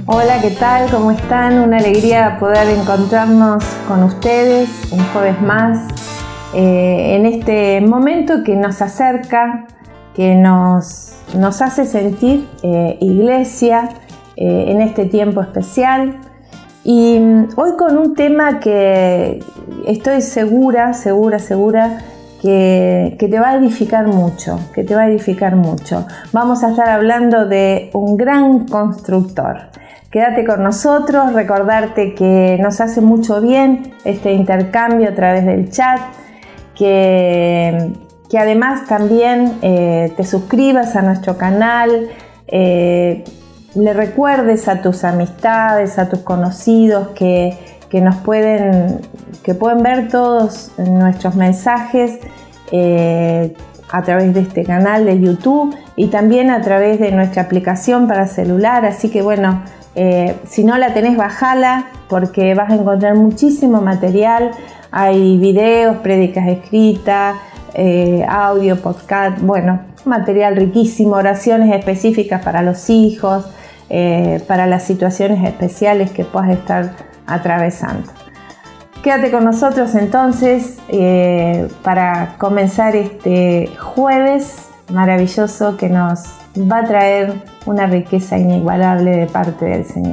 Hola, ¿qué tal? ¿Cómo están? Una alegría poder encontrarnos con ustedes un jueves más en este momento que nos acerca, que nos hace sentir iglesia en este tiempo especial. Y hoy con un tema que estoy segura que te va a edificar mucho, Vamos a estar hablando de un gran constructor. Quédate con nosotros, recordarte que nos hace mucho bien este intercambio a través del chat, que además también te suscribas a nuestro canal, le recuerdes a tus amistades, a tus conocidos que pueden ver todos nuestros mensajes a través de este canal de YouTube y también a través de nuestra aplicación para celular. Así que bueno, si no la tenés, bajala porque vas a encontrar muchísimo material. Hay videos, prédicas escritas, audio, podcast, bueno, material riquísimo, oraciones específicas para los hijos, para las situaciones especiales que puedas estar atravesando. Quédate con nosotros entonces para comenzar este jueves maravilloso que nos va a traer una riqueza inigualable de parte del Señor.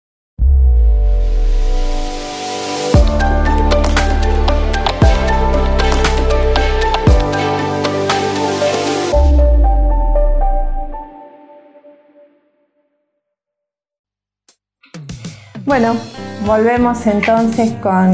Bueno, volvemos entonces con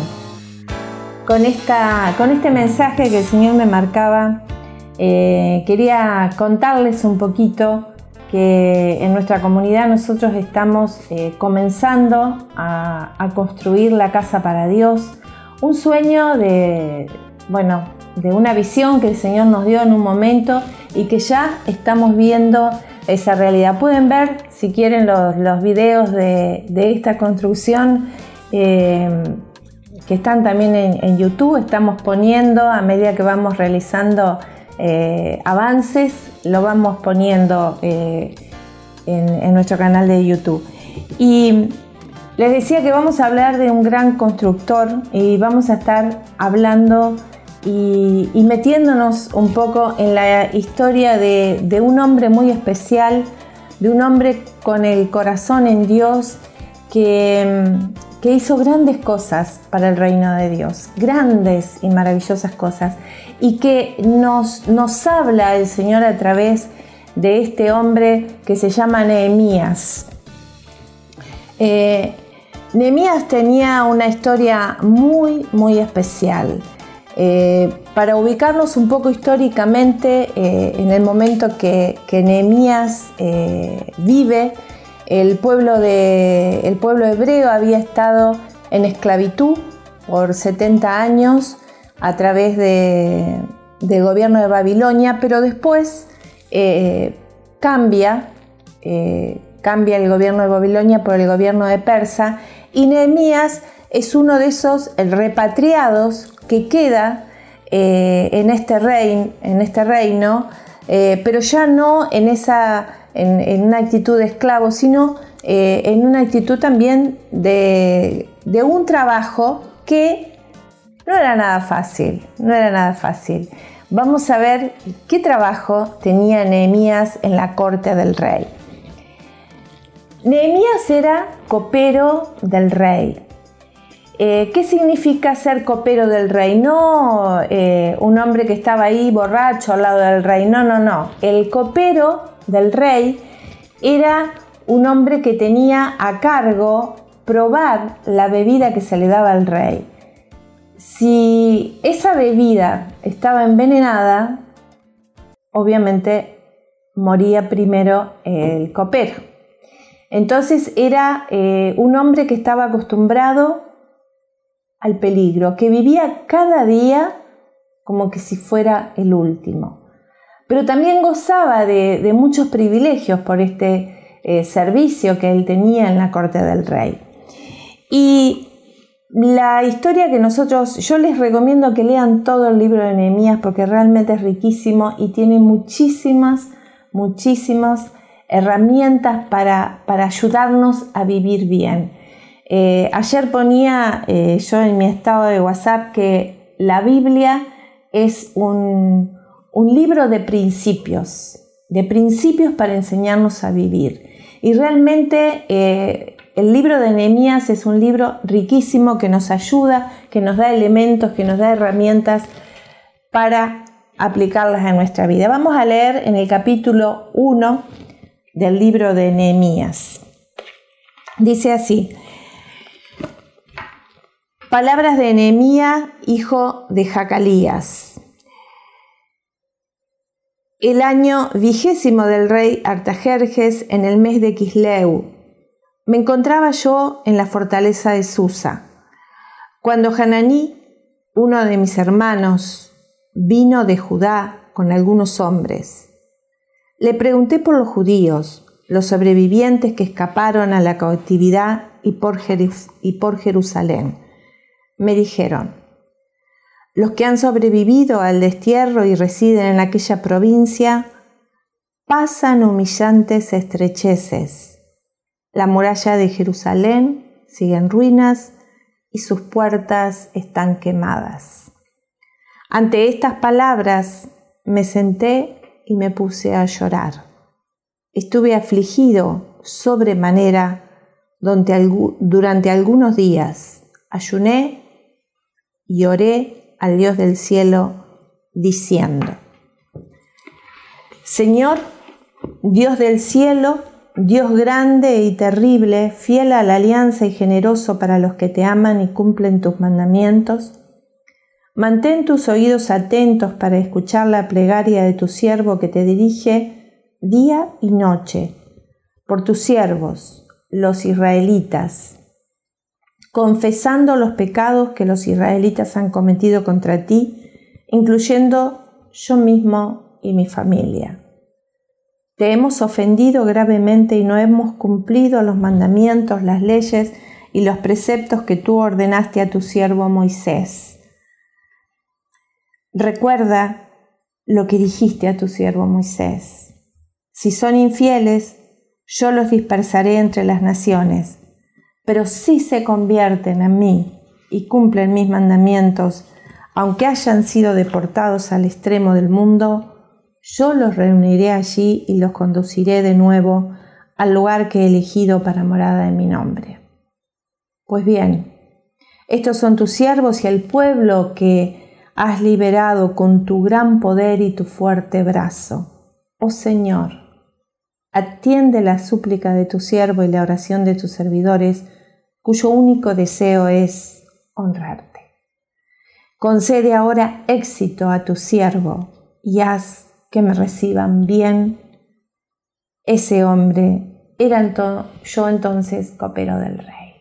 este mensaje que el Señor me marcaba. Quería contarles un poquito que en nuestra comunidad nosotros estamos comenzando a construir la casa para Dios, un sueño de una visión que el Señor nos dio en un momento y que ya estamos viendo esa realidad. Pueden ver, si quieren, los videos de esta construcción que están también en YouTube. Estamos poniendo, a medida que vamos realizando avances, lo vamos poniendo en nuestro canal de YouTube. Y les decía que vamos a hablar de un gran constructor y vamos a estar hablando y metiéndonos un poco en la historia de un hombre muy especial, de un hombre con el corazón en Dios que hizo grandes cosas para el reino de Dios, grandes y maravillosas cosas, y que nos habla el Señor a través de este hombre que se llama Nehemías. Nehemías tenía una historia muy, muy especial. Para ubicarnos un poco históricamente, en el momento que Nehemías vive, el pueblo hebreo había estado en esclavitud por 70 años a través del gobierno de Babilonia, pero después cambia el gobierno de Babilonia por el gobierno de Persa, y Nehemías es uno de esos repatriados que queda en este reino, pero ya no en una actitud de esclavo, sino en una actitud también de un trabajo que no era nada fácil. Vamos a ver qué trabajo tenía Nehemías en la corte del rey. Nehemías era copero del rey. ¿Qué significa ser copero del rey? No un hombre que estaba ahí borracho al lado del rey, no. El copero del rey era un hombre que tenía a cargo probar la bebida que se le daba al rey. Si esa bebida estaba envenenada, obviamente moría primero el copero. Entonces era un hombre que estaba acostumbrado al peligro, que vivía cada día como que si fuera el último. Pero también gozaba de muchos privilegios por este servicio que él tenía en la corte del rey. Y la historia que yo les recomiendo que lean todo el libro de Nehemías porque realmente es riquísimo y tiene muchísimas herramientas para ayudarnos a vivir bien. Ayer ponía yo en mi estado de WhatsApp que la Biblia es un libro de principios para enseñarnos a vivir. Y realmente el libro de Nehemías es un libro riquísimo que nos ayuda, que nos da elementos, que nos da herramientas para aplicarlas en nuestra vida. Vamos a leer en el capítulo 1 del libro de Nehemías. Dice así: palabras de Nehemías, hijo de Jacalías. El año 20 del rey Artajerjes, en el mes de Quisleu, me encontraba yo en la fortaleza de Susa, cuando Hananí, uno de mis hermanos, vino de Judá con algunos hombres. Le pregunté por los judíos, los sobrevivientes que escaparon a la cautividad y por Jerusalén. Me dijeron: los que han sobrevivido al destierro y residen en aquella provincia pasan humillantes estrecheces. La muralla de Jerusalén sigue en ruinas y sus puertas están quemadas. Ante estas palabras me senté y me puse a llorar. Estuve afligido sobremanera durante algunos días. Ayuné y oré al Dios del cielo, diciendo: Señor, Dios del cielo, Dios grande y terrible, fiel a la alianza y generoso para los que te aman y cumplen tus mandamientos, mantén tus oídos atentos para escuchar la plegaria de tu siervo que te dirige día y noche por tus siervos, los israelitas, confesando los pecados que los israelitas han cometido contra ti, incluyendo yo mismo y mi familia. Te hemos ofendido gravemente y no hemos cumplido los mandamientos, las leyes y los preceptos que tú ordenaste a tu siervo Moisés. Recuerda lo que dijiste a tu siervo Moisés. Si son infieles, yo los dispersaré entre las naciones. Pero si se convierten a mí y cumplen mis mandamientos, aunque hayan sido deportados al extremo del mundo, yo los reuniré allí y los conduciré de nuevo al lugar que he elegido para morada de mi nombre. Pues bien, estos son tus siervos y el pueblo que has liberado con tu gran poder y tu fuerte brazo. Oh Señor, atiende la súplica de tu siervo y la oración de tus servidores, cuyo único deseo es honrarte. Concede ahora éxito a tu siervo y haz que me reciban bien. Ese hombre era yo entonces copero del rey.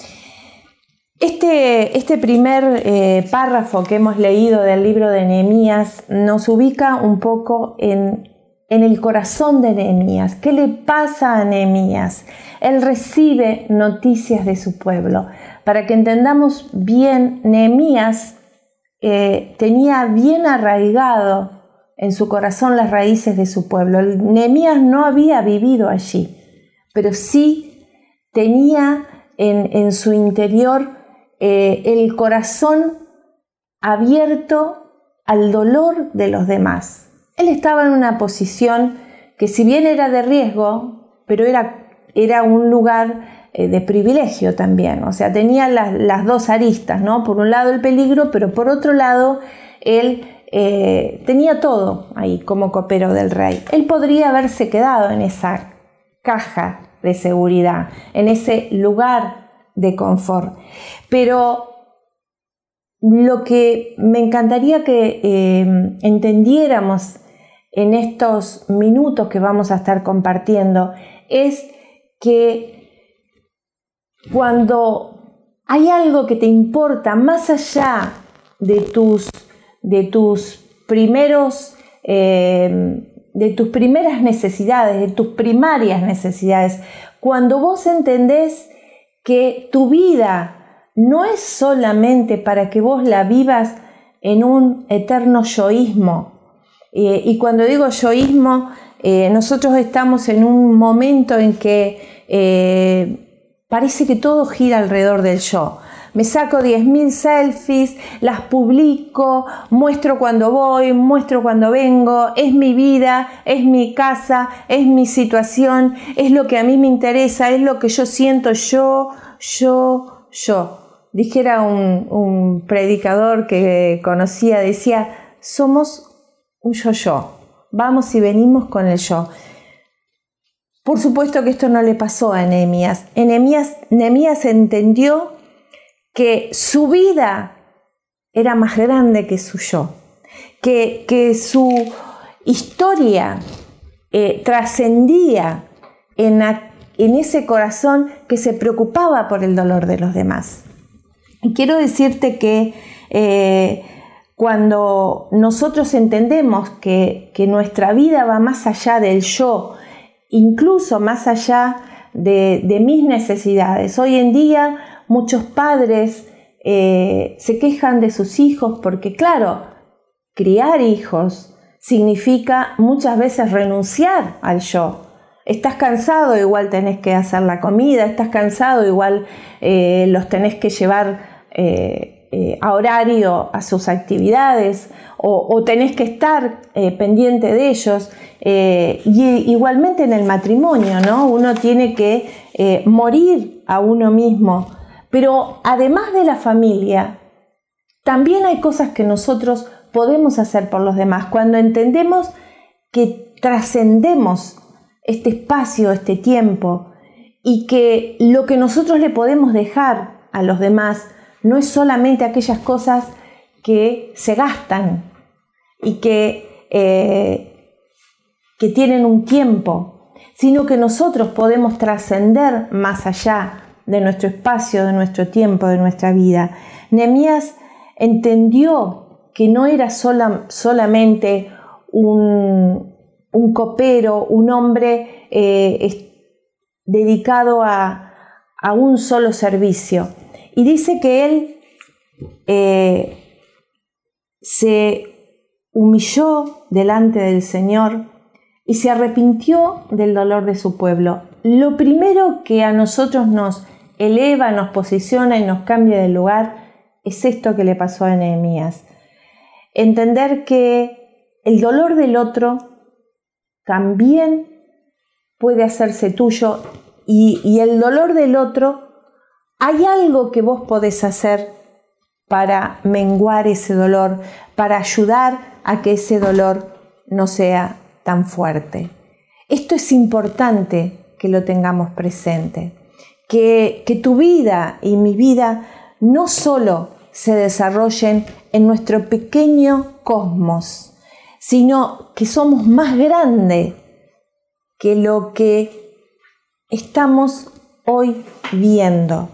Este primer párrafo que hemos leído del libro de Nehemías nos ubica un poco en el corazón de Nehemías. ¿Qué le pasa a Nehemías? Él recibe noticias de su pueblo. Para que entendamos bien, Nehemías tenía bien arraigado en su corazón las raíces de su pueblo. Nehemías no había vivido allí, pero sí tenía en su interior el corazón abierto al dolor de los demás. Él estaba en una posición que, si bien era de riesgo, pero era un lugar de privilegio también. O sea, tenía las dos aristas, ¿no? Por un lado el peligro, pero por otro lado él tenía todo ahí como copero del rey. Él podría haberse quedado en esa caja de seguridad, en ese lugar de confort. Pero lo que me encantaría que entendiéramos en estos minutos que vamos a estar compartiendo es que cuando hay algo que te importa más allá de tus primeras necesidades, de tus primarias necesidades, cuando vos entendés que tu vida no es solamente para que vos la vivas en un eterno yoísmo, y cuando digo yoísmo Nosotros estamos en un momento en que parece que todo gira alrededor del yo. Me saco 10.000 selfies, las publico, muestro cuando voy, muestro cuando vengo, es mi vida, es mi casa, es mi situación, es lo que a mí me interesa, es lo que yo siento, yo. Dijera un predicador que conocía, decía, somos un yo, vamos y venimos con el yo. Por supuesto que esto no le pasó a Nehemías. Nehemías entendió que su vida era más grande que su yo, que su historia trascendía en ese corazón que se preocupaba por el dolor de los demás. Y quiero decirte que cuando nosotros entendemos que nuestra vida va más allá del yo, incluso más allá de mis necesidades. Hoy en día muchos padres se quejan de sus hijos porque, claro, criar hijos significa muchas veces renunciar al yo. Estás cansado, igual tenés que hacer la comida, estás cansado, igual los tenés que llevar a horario a sus actividades o tenés que estar pendiente de ellos. Y igualmente en el matrimonio, ¿no? Uno tiene que morir a uno mismo. Pero además de la familia, también hay cosas que nosotros podemos hacer por los demás. Cuando entendemos que trascendemos este espacio, este tiempo, y que lo que nosotros le podemos dejar a los demás no es solamente aquellas cosas que se gastan y que tienen un tiempo, sino que nosotros podemos trascender más allá de nuestro espacio, de nuestro tiempo, de nuestra vida. Nehemías entendió que no era solamente un copero, un hombre dedicado a un solo servicio. Y dice que él se humilló delante del Señor y se arrepintió del dolor de su pueblo. Lo primero que a nosotros nos eleva, nos posiciona y nos cambia de lugar es esto que le pasó a Nehemías. Entender que el dolor del otro también puede hacerse tuyo y el dolor del otro, hay algo que vos podés hacer para menguar ese dolor, para ayudar a que ese dolor no sea tan fuerte. Esto es importante que lo tengamos presente, que tu vida y mi vida no solo se desarrollen en nuestro pequeño cosmos, sino que somos más grandes que lo que estamos hoy viendo.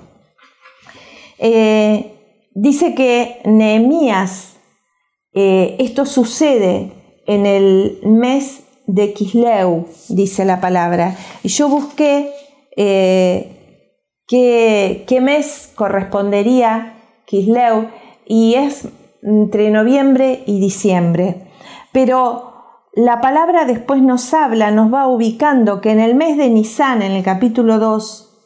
Dice que Nehemías, esto sucede en el mes de Quisleu, dice la palabra. Y yo busqué qué mes correspondería Quisleu, y es entre noviembre y diciembre. Pero la palabra después nos va ubicando que en el mes de Nisán, en el capítulo 2,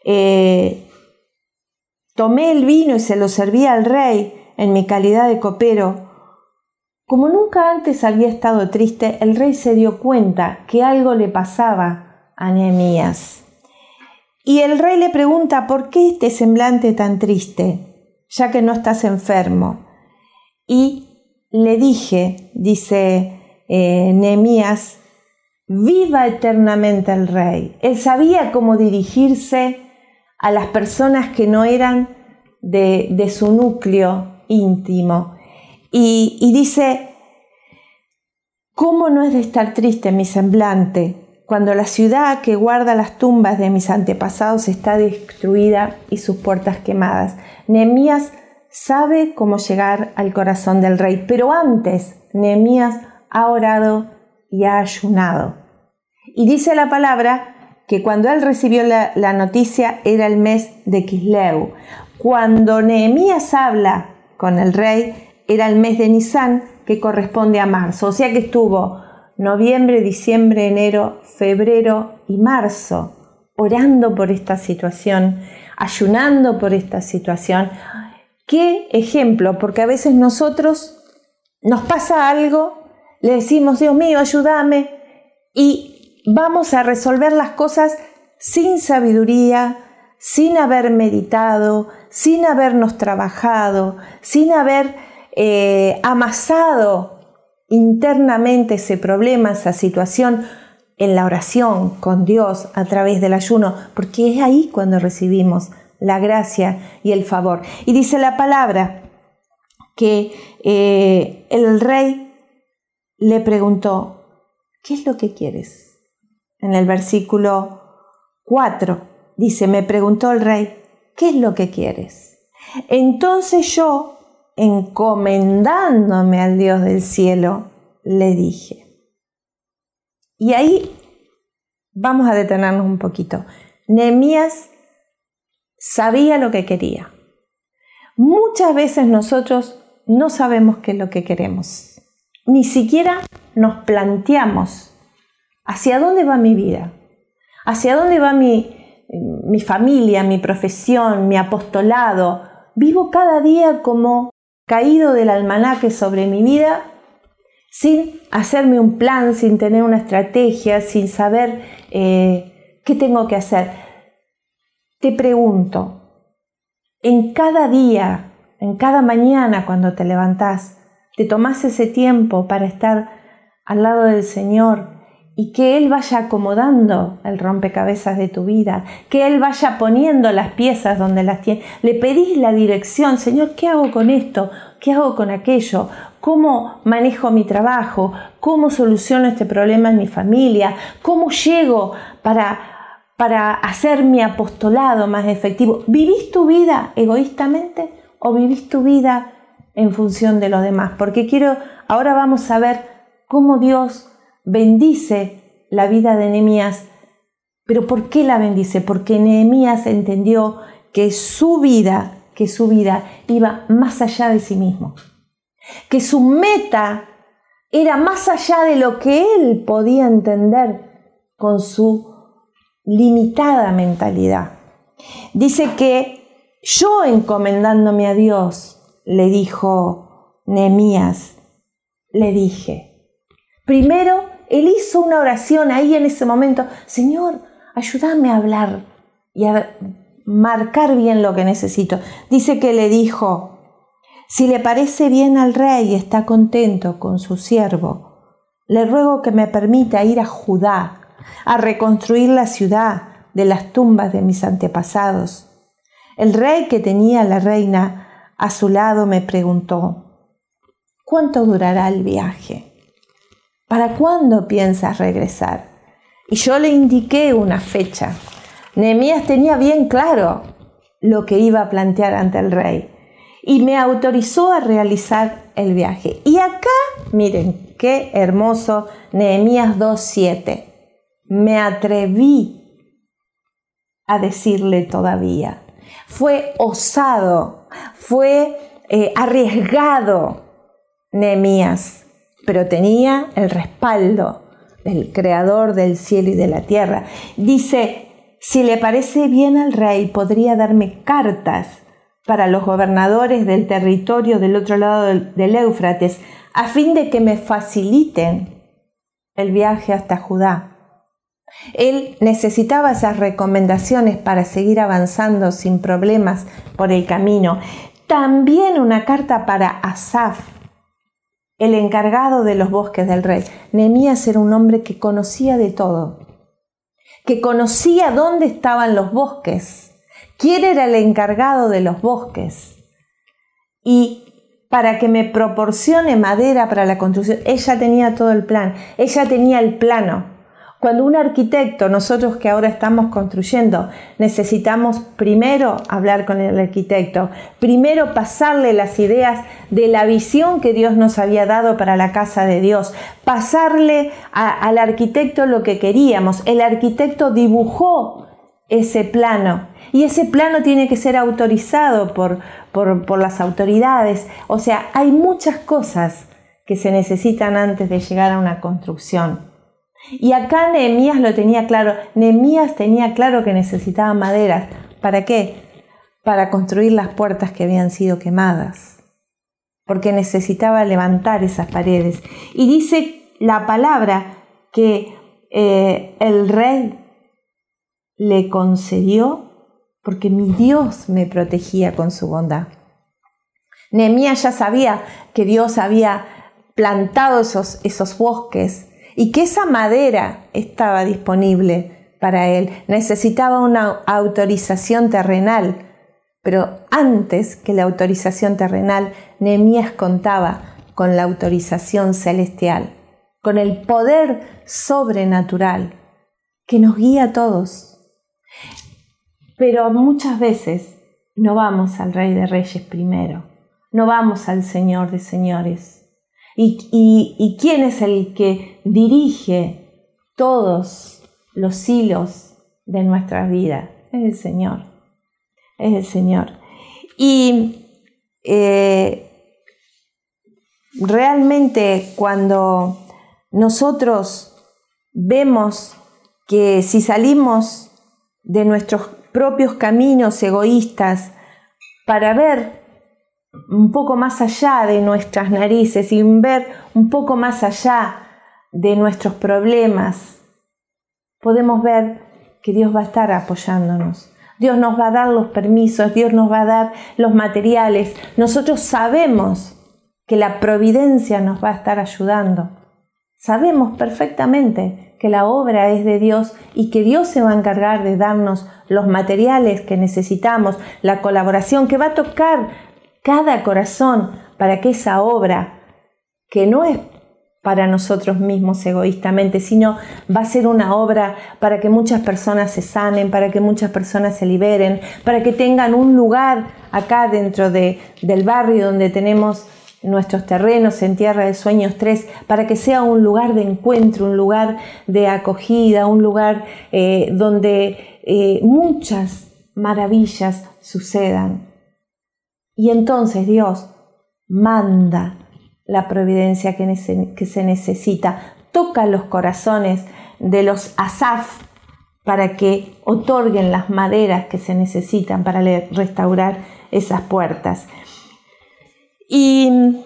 tomé el vino y se lo serví al rey en mi calidad de copero. Como nunca antes había estado triste, el rey se dio cuenta que algo le pasaba a Nehemías. Y el rey le pregunta, ¿por qué este semblante tan triste, ya que no estás enfermo? Y le dije, dice Nehemías, viva eternamente el rey. Él sabía cómo dirigirse a las personas que no eran de su núcleo íntimo. Y dice, ¿cómo no es de estar triste mi semblante cuando la ciudad que guarda las tumbas de mis antepasados está destruida y sus puertas quemadas? Nehemías sabe cómo llegar al corazón del rey, pero antes Nehemías ha orado y ha ayunado. Y dice la palabra que cuando él recibió la noticia era el mes de Quisleu. Cuando Nehemías habla con el rey era el mes de Nisán, que corresponde a marzo. O sea que estuvo noviembre, diciembre, enero, febrero y marzo, orando por esta situación, ayunando por esta situación. ¿Qué ejemplo? Porque a veces nosotros nos pasa algo, le decimos, Dios mío, ayúdame, y vamos a resolver las cosas sin sabiduría, sin haber meditado, sin habernos trabajado, sin haber amasado internamente ese problema, esa situación en la oración con Dios a través del ayuno, porque es ahí cuando recibimos la gracia y el favor. Y dice la palabra que el rey le preguntó, ¿qué es lo que quieres? En el versículo 4 dice, me preguntó el rey, ¿qué es lo que quieres? Entonces yo, encomendándome al Dios del cielo, le dije. Y ahí vamos a detenernos un poquito. Nehemías sabía lo que quería. Muchas veces nosotros no sabemos qué es lo que queremos. Ni siquiera nos planteamos hacia dónde va mi vida, hacia dónde va mi familia, mi profesión, mi apostolado. Vivo cada día como caído del almanaque sobre mi vida, sin hacerme un plan, sin tener una estrategia, sin saber qué tengo que hacer. Te pregunto, en cada día, en cada mañana cuando te levantás, te tomás ese tiempo para estar al lado del Señor y que Él vaya acomodando el rompecabezas de tu vida, que Él vaya poniendo las piezas donde las tiene. Le pedís la dirección, Señor, ¿qué hago con esto? ¿Qué hago con aquello? ¿Cómo manejo mi trabajo? ¿Cómo soluciono este problema en mi familia? ¿Cómo llego para hacer mi apostolado más efectivo? ¿Vivís tu vida egoístamente o vivís tu vida en función de los demás? Porque ahora vamos a ver cómo Dios bendice la vida de Nehemías. ¿Pero por qué la bendice? Porque Nehemías entendió que su vida iba más allá de sí mismo, que su meta era más allá de lo que él podía entender con su limitada mentalidad. Dice que yo, encomendándome a Dios, le dijo Nehemías, le dije. Primero, él hizo una oración ahí en ese momento, Señor, ayúdame a hablar y a marcar bien lo que necesito. Dice que le dijo, si le parece bien al rey y está contento con su siervo, le ruego que me permita ir a Judá a reconstruir la ciudad de las tumbas de mis antepasados. El rey, que tenía a la reina a su lado, me preguntó, ¿cuánto durará el viaje? ¿Para cuándo piensas regresar? Y yo le indiqué una fecha. Nehemías tenía bien claro lo que iba a plantear ante el rey y me autorizó a realizar el viaje. Y acá, miren, qué hermoso, Nehemías 2:7. Me atreví a decirle todavía. Fue osado, fue arriesgado Nehemías, pero tenía el respaldo del Creador del cielo y de la tierra. Dice, si le parece bien al rey, podría darme cartas para los gobernadores del territorio del otro lado del Éufrates, a fin de que me faciliten el viaje hasta Judá. Él necesitaba esas recomendaciones para seguir avanzando sin problemas por el camino. También una carta para Asaf, el encargado de los bosques del rey. Nehemías era un hombre que conocía de todo, que conocía dónde estaban los bosques, quién era el encargado de los bosques. Y para que me proporcione madera para la construcción, ella tenía todo el plan, ella tenía el plano. Cuando un arquitecto, nosotros que ahora estamos construyendo, necesitamos primero hablar con el arquitecto, primero pasarle las ideas de la visión que Dios nos había dado para la casa de Dios, pasarle al arquitecto lo que queríamos. El arquitecto dibujó ese plano y ese plano tiene que ser autorizado por las autoridades. O sea, hay muchas cosas que se necesitan antes de llegar a una construcción. Y acá Nehemías lo tenía claro. Nehemías tenía claro que necesitaba maderas. ¿Para qué? Para construir las puertas que habían sido quemadas. Porque necesitaba levantar esas paredes. Y dice la palabra que el rey le concedió porque mi Dios me protegía con su bondad. Nehemías ya sabía que Dios había plantado esos bosques y que esa madera estaba disponible para él. Necesitaba una autorización terrenal, pero antes que la autorización terrenal, Nehemías contaba con la autorización celestial, con el poder sobrenatural que nos guía a todos. Pero muchas veces no vamos al Rey de Reyes primero, no vamos al Señor de Señores. ¿Y quién es el que dirige todos los hilos de nuestra vida? Es el Señor, es el Señor. Y realmente cuando nosotros vemos que si salimos de nuestros propios caminos egoístas para ver un poco más allá de nuestras narices y ver un poco más allá de nuestros problemas, podemos ver que Dios va a estar apoyándonos. Dios nos va a dar los permisos, Dios nos va a dar los materiales. Nosotros sabemos que la providencia nos va a estar ayudando. Sabemos perfectamente que la obra es de Dios y que Dios se va a encargar de darnos los materiales que necesitamos, la colaboración que va a tocar cada corazón para que esa obra, que no es para nosotros mismos egoístamente, sino va a ser una obra para que muchas personas se sanen, para que muchas personas se liberen, para que tengan un lugar acá dentro del barrio donde tenemos nuestros terrenos en Tierra de Sueños 3, para que sea un lugar de encuentro, un lugar de acogida, un lugar donde muchas maravillas sucedan. Y entonces Dios manda la providencia que se necesita, toca los corazones de los Asaf para que otorguen las maderas que se necesitan para restaurar esas puertas. Y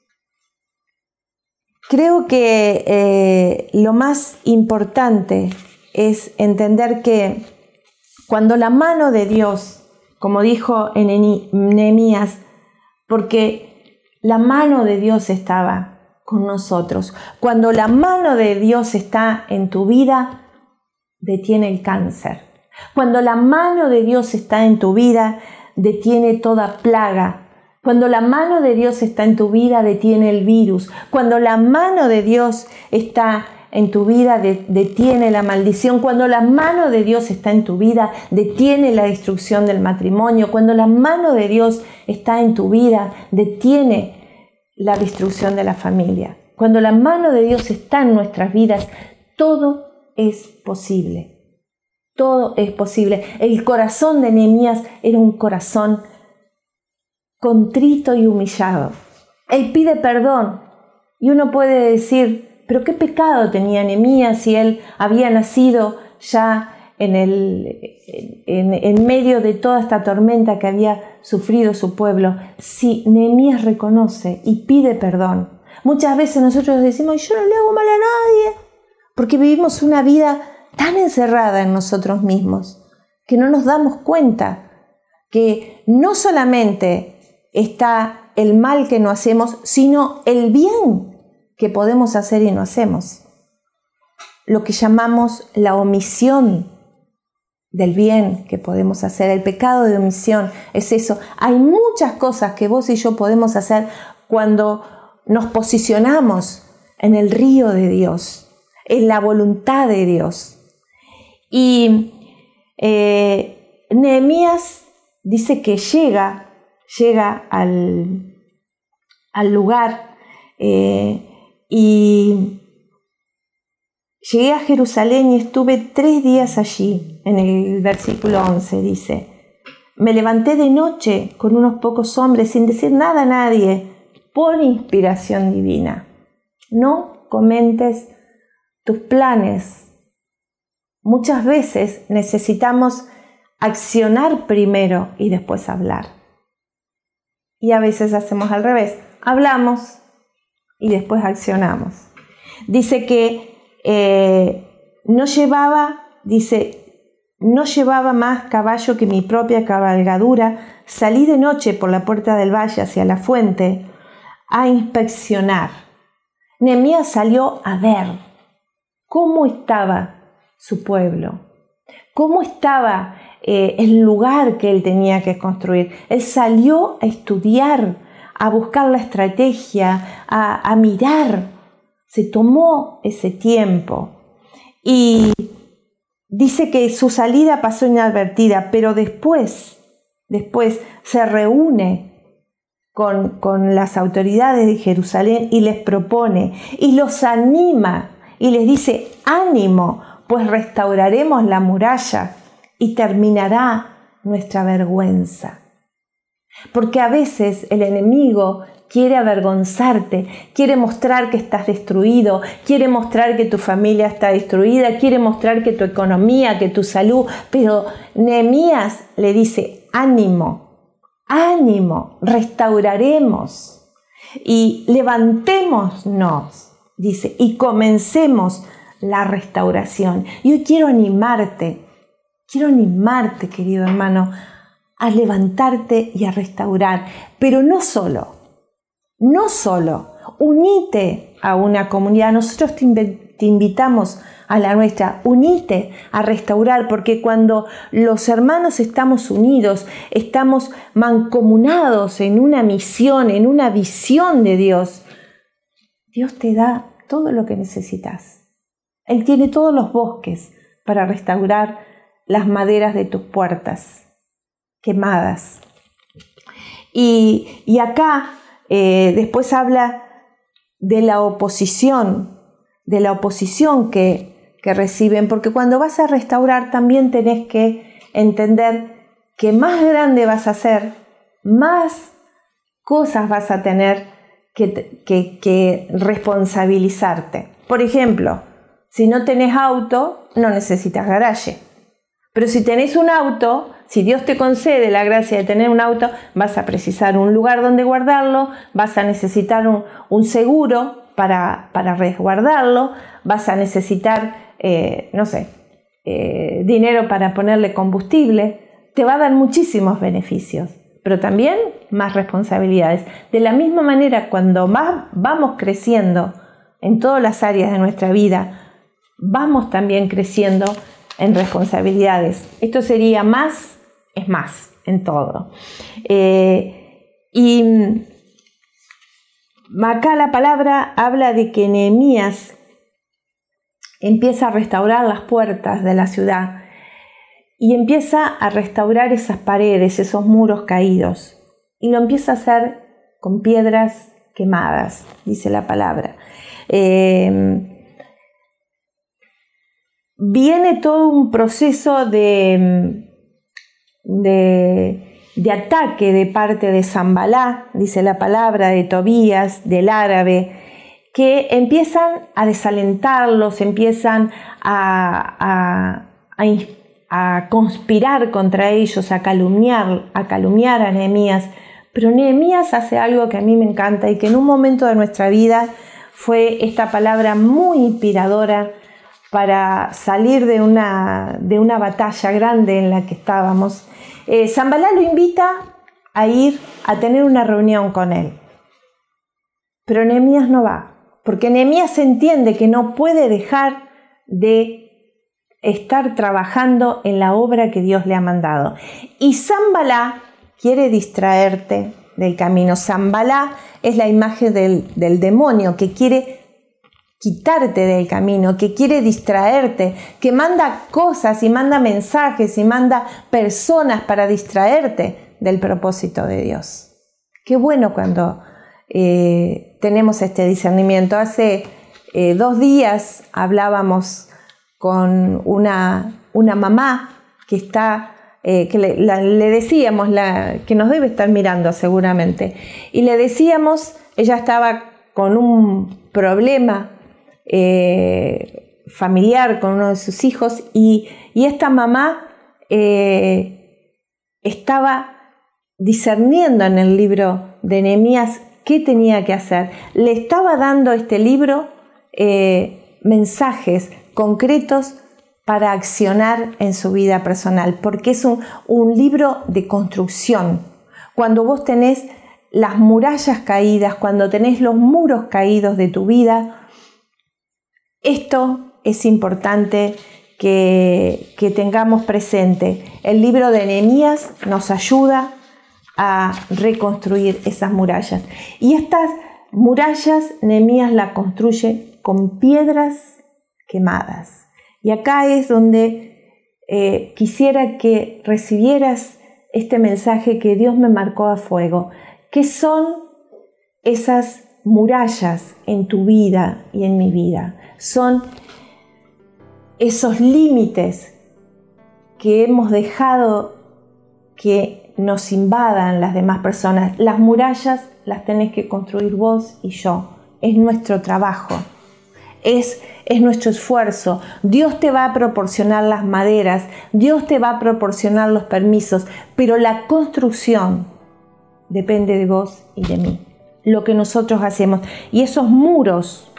creo que lo más importante es entender que cuando la mano de Dios, como dijo en Nehemías, porque la mano de Dios estaba con nosotros. Cuando la mano de Dios está en tu vida, detiene el cáncer. Cuando la mano de Dios está en tu vida, detiene toda plaga. Cuando la mano de Dios está en tu vida, detiene el virus. Cuando la mano de Dios está en tu vida, detiene la maldición. Cuando la mano de Dios está en tu vida, detiene la destrucción del matrimonio. Cuando la mano de Dios está en tu vida, detiene la destrucción de la familia. Cuando la mano de Dios está en nuestras vidas, todo es posible. Todo es posible. El corazón de Nehemías era un corazón contrito y humillado. Él pide perdón y uno puede decir, pero qué pecado tenía Nehemías si él había nacido ya en medio de toda esta tormenta que había sufrido su pueblo. Si Nehemías reconoce y pide perdón, muchas veces nosotros decimos, yo no le hago mal a nadie, porque vivimos una vida tan encerrada en nosotros mismos que no nos damos cuenta que no solamente está el mal que no hacemos, sino el bien que podemos hacer y no hacemos. Lo que llamamos la omisión del bien que podemos hacer, el pecado de omisión, es eso. Hay muchas cosas que vos y yo podemos hacer cuando nos posicionamos en el río de Dios, en la voluntad de Dios. Y Nehemías dice que llega al lugar y llegué a Jerusalén y estuve 3 días allí. En el versículo 11 dice, me levanté de noche con unos pocos hombres sin decir nada a nadie por inspiración divina. No comentes tus planes. Muchas veces necesitamos accionar primero y después hablar. Y a veces hacemos al revés. Hablamos y después accionamos. Dice que no llevaba más caballo que mi propia cabalgadura. Salí de noche por la puerta del valle hacia la fuente a inspeccionar. Nehemías salió a ver cómo estaba su pueblo, cómo estaba el lugar que él tenía que construir. Él salió a estudiar, a buscar la estrategia, a mirar. Se tomó ese tiempo y dice que su salida pasó inadvertida, pero después se reúne con las autoridades de Jerusalén y les propone y los anima y les dice: ánimo, pues restauraremos la muralla y terminará nuestra vergüenza. Porque a veces el enemigo quiere avergonzarte, quiere mostrar que estás destruido, quiere mostrar que tu familia está destruida, quiere mostrar que tu economía, que tu salud, pero Nehemías le dice: ánimo, ánimo, restauraremos y levantémonos, dice, y comencemos la restauración. Y hoy quiero animarte, querido hermano, a levantarte y a restaurar, pero no solo, unite a una comunidad. Nosotros te invitamos a la nuestra, unite a restaurar, porque cuando los hermanos estamos unidos, estamos mancomunados en una misión, en una visión de Dios, Dios te da todo lo que necesitas. Él tiene todos los bosques para restaurar las maderas de tus puertas quemadas. Y acá después habla de la oposición que reciben, porque cuando vas a restaurar también tenés que entender que más grande vas a ser, más cosas vas a tener que responsabilizarte. Por ejemplo, si no tenés auto, no necesitas garaje. Pero si tenés un auto, si Dios te concede la gracia de tener un auto, vas a precisar un lugar donde guardarlo, vas a necesitar un seguro para resguardarlo, vas a necesitar, dinero para ponerle combustible. Te va a dar muchísimos beneficios, pero también más responsabilidades. De la misma manera, cuando más vamos creciendo en todas las áreas de nuestra vida, vamos también creciendo en responsabilidades. Esto sería más es más en todo. Y acá la palabra habla de que Nehemías empieza a restaurar las puertas de la ciudad y empieza a restaurar esas paredes, esos muros caídos, y lo empieza a hacer con piedras quemadas, dice la palabra. Viene todo un proceso de ataque de parte de Sanbalá, dice la palabra, de Tobías, del árabe, que empiezan a desalentarlos, empiezan a conspirar contra ellos, a calumniar a Nehemías. Pero Nehemías hace algo que a mí me encanta y que en un momento de nuestra vida fue esta palabra muy inspiradora para salir de una batalla grande en la que estábamos. Sanbalá lo invita a ir a tener una reunión con él, pero Nehemías no va, porque Nehemías entiende que no puede dejar de estar trabajando en la obra que Dios le ha mandado. Y Sanbalá quiere distraerte del camino. Sanbalá es la imagen del demonio que quiere quitarte del camino, que quiere distraerte, que manda cosas y manda mensajes y manda personas para distraerte del propósito de Dios. Qué bueno cuando tenemos este discernimiento. Hace 2 días hablábamos con una mamá que está, que le decíamos, que nos debe estar mirando seguramente, y le decíamos, ella estaba con un problema familiar con uno de sus hijos y esta mamá estaba discerniendo en el libro de Nehemías qué tenía que hacer. Le estaba dando este libro mensajes concretos para accionar en su vida personal, porque es un libro de construcción. Cuando vos tenés las murallas caídas, cuando tenés los muros caídos de tu vida, esto es importante que tengamos presente. El libro de Nehemías nos ayuda a reconstruir esas murallas. Y estas murallas Nehemías las construye con piedras quemadas. Y acá es donde quisiera que recibieras este mensaje que Dios me marcó a fuego. ¿Qué son esas murallas en tu vida y en mi vida? Son esos límites que hemos dejado que nos invadan las demás personas. Las murallas las tenés que construir vos y yo. Es nuestro trabajo. Es nuestro esfuerzo. Dios te va a proporcionar las maderas, Dios te va a proporcionar los permisos, pero la construcción depende de vos y de mí. Lo que nosotros hacemos. Y esos muros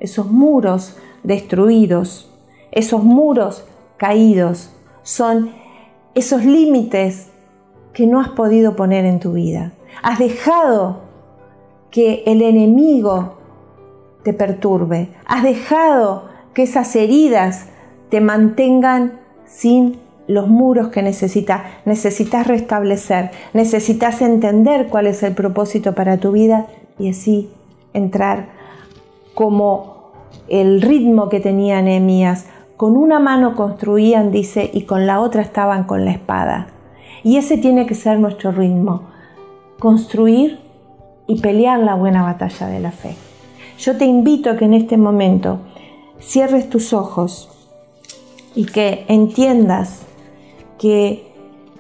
destruidos, esos muros caídos, son esos límites que no has podido poner en tu vida. Has dejado que el enemigo te perturbe. Has dejado que esas heridas te mantengan sin los muros que necesitas. Necesitas restablecer, necesitas entender cuál es el propósito para tu vida y así entrar como el ritmo que tenía Nehemías. Con una mano construían, dice, y con la otra estaban con la espada. Y ese tiene que ser nuestro ritmo. Construir y pelear la buena batalla de la fe. Yo te invito a que en este momento cierres tus ojos y que entiendas que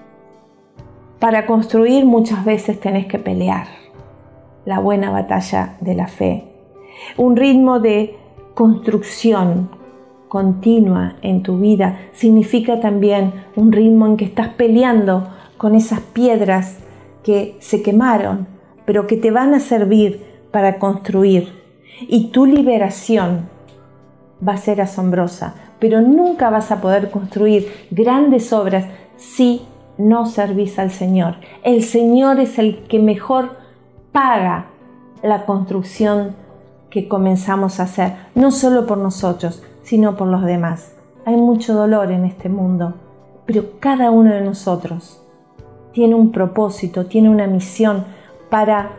para construir muchas veces tenés que pelear la buena batalla de la fe. Un ritmo de construcción continua en tu vida significa también un ritmo en que estás peleando con esas piedras que se quemaron, pero que te van a servir para construir. Y tu liberación va a ser asombrosa, pero nunca vas a poder construir grandes obras si no servís al Señor. El Señor es el que mejor paga la construcción que comenzamos a hacer, no solo por nosotros, sino por los demás. Hay mucho dolor en este mundo, pero cada uno de nosotros tiene un propósito, tiene una misión para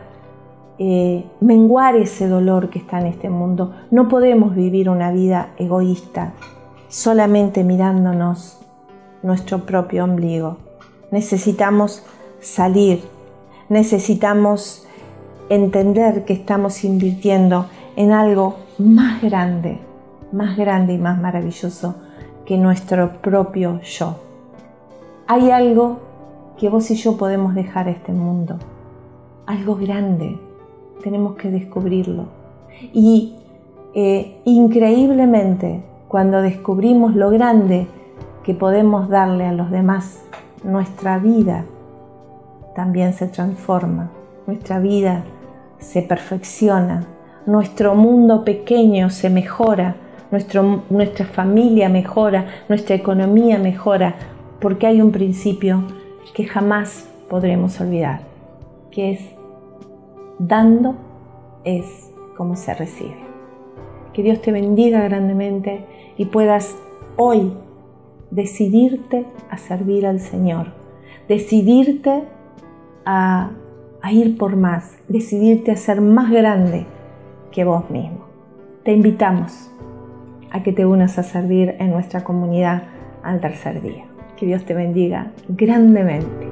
menguar ese dolor que está en este mundo. No podemos vivir una vida egoísta, solamente mirándonos nuestro propio ombligo. Necesitamos salir, necesitamos entender que estamos invirtiendo en algo más grande y más maravilloso que nuestro propio yo. Hay algo que vos y yo podemos dejar a este mundo, algo grande. Tenemos que descubrirlo. Y increíblemente, cuando descubrimos lo grande que podemos darle a los demás, nuestra vida también se transforma, nuestra vida se perfecciona, nuestro mundo pequeño se mejora, nuestra familia mejora, nuestra economía mejora, porque hay un principio que jamás podremos olvidar, que es: dando es como se recibe. Que Dios te bendiga grandemente y puedas hoy decidirte a servir al Señor, decidirte a ir por más, decidirte a ser más grande que vos mismo. Te invitamos a que te unas a servir en nuestra comunidad al tercer día. Que Dios te bendiga grandemente.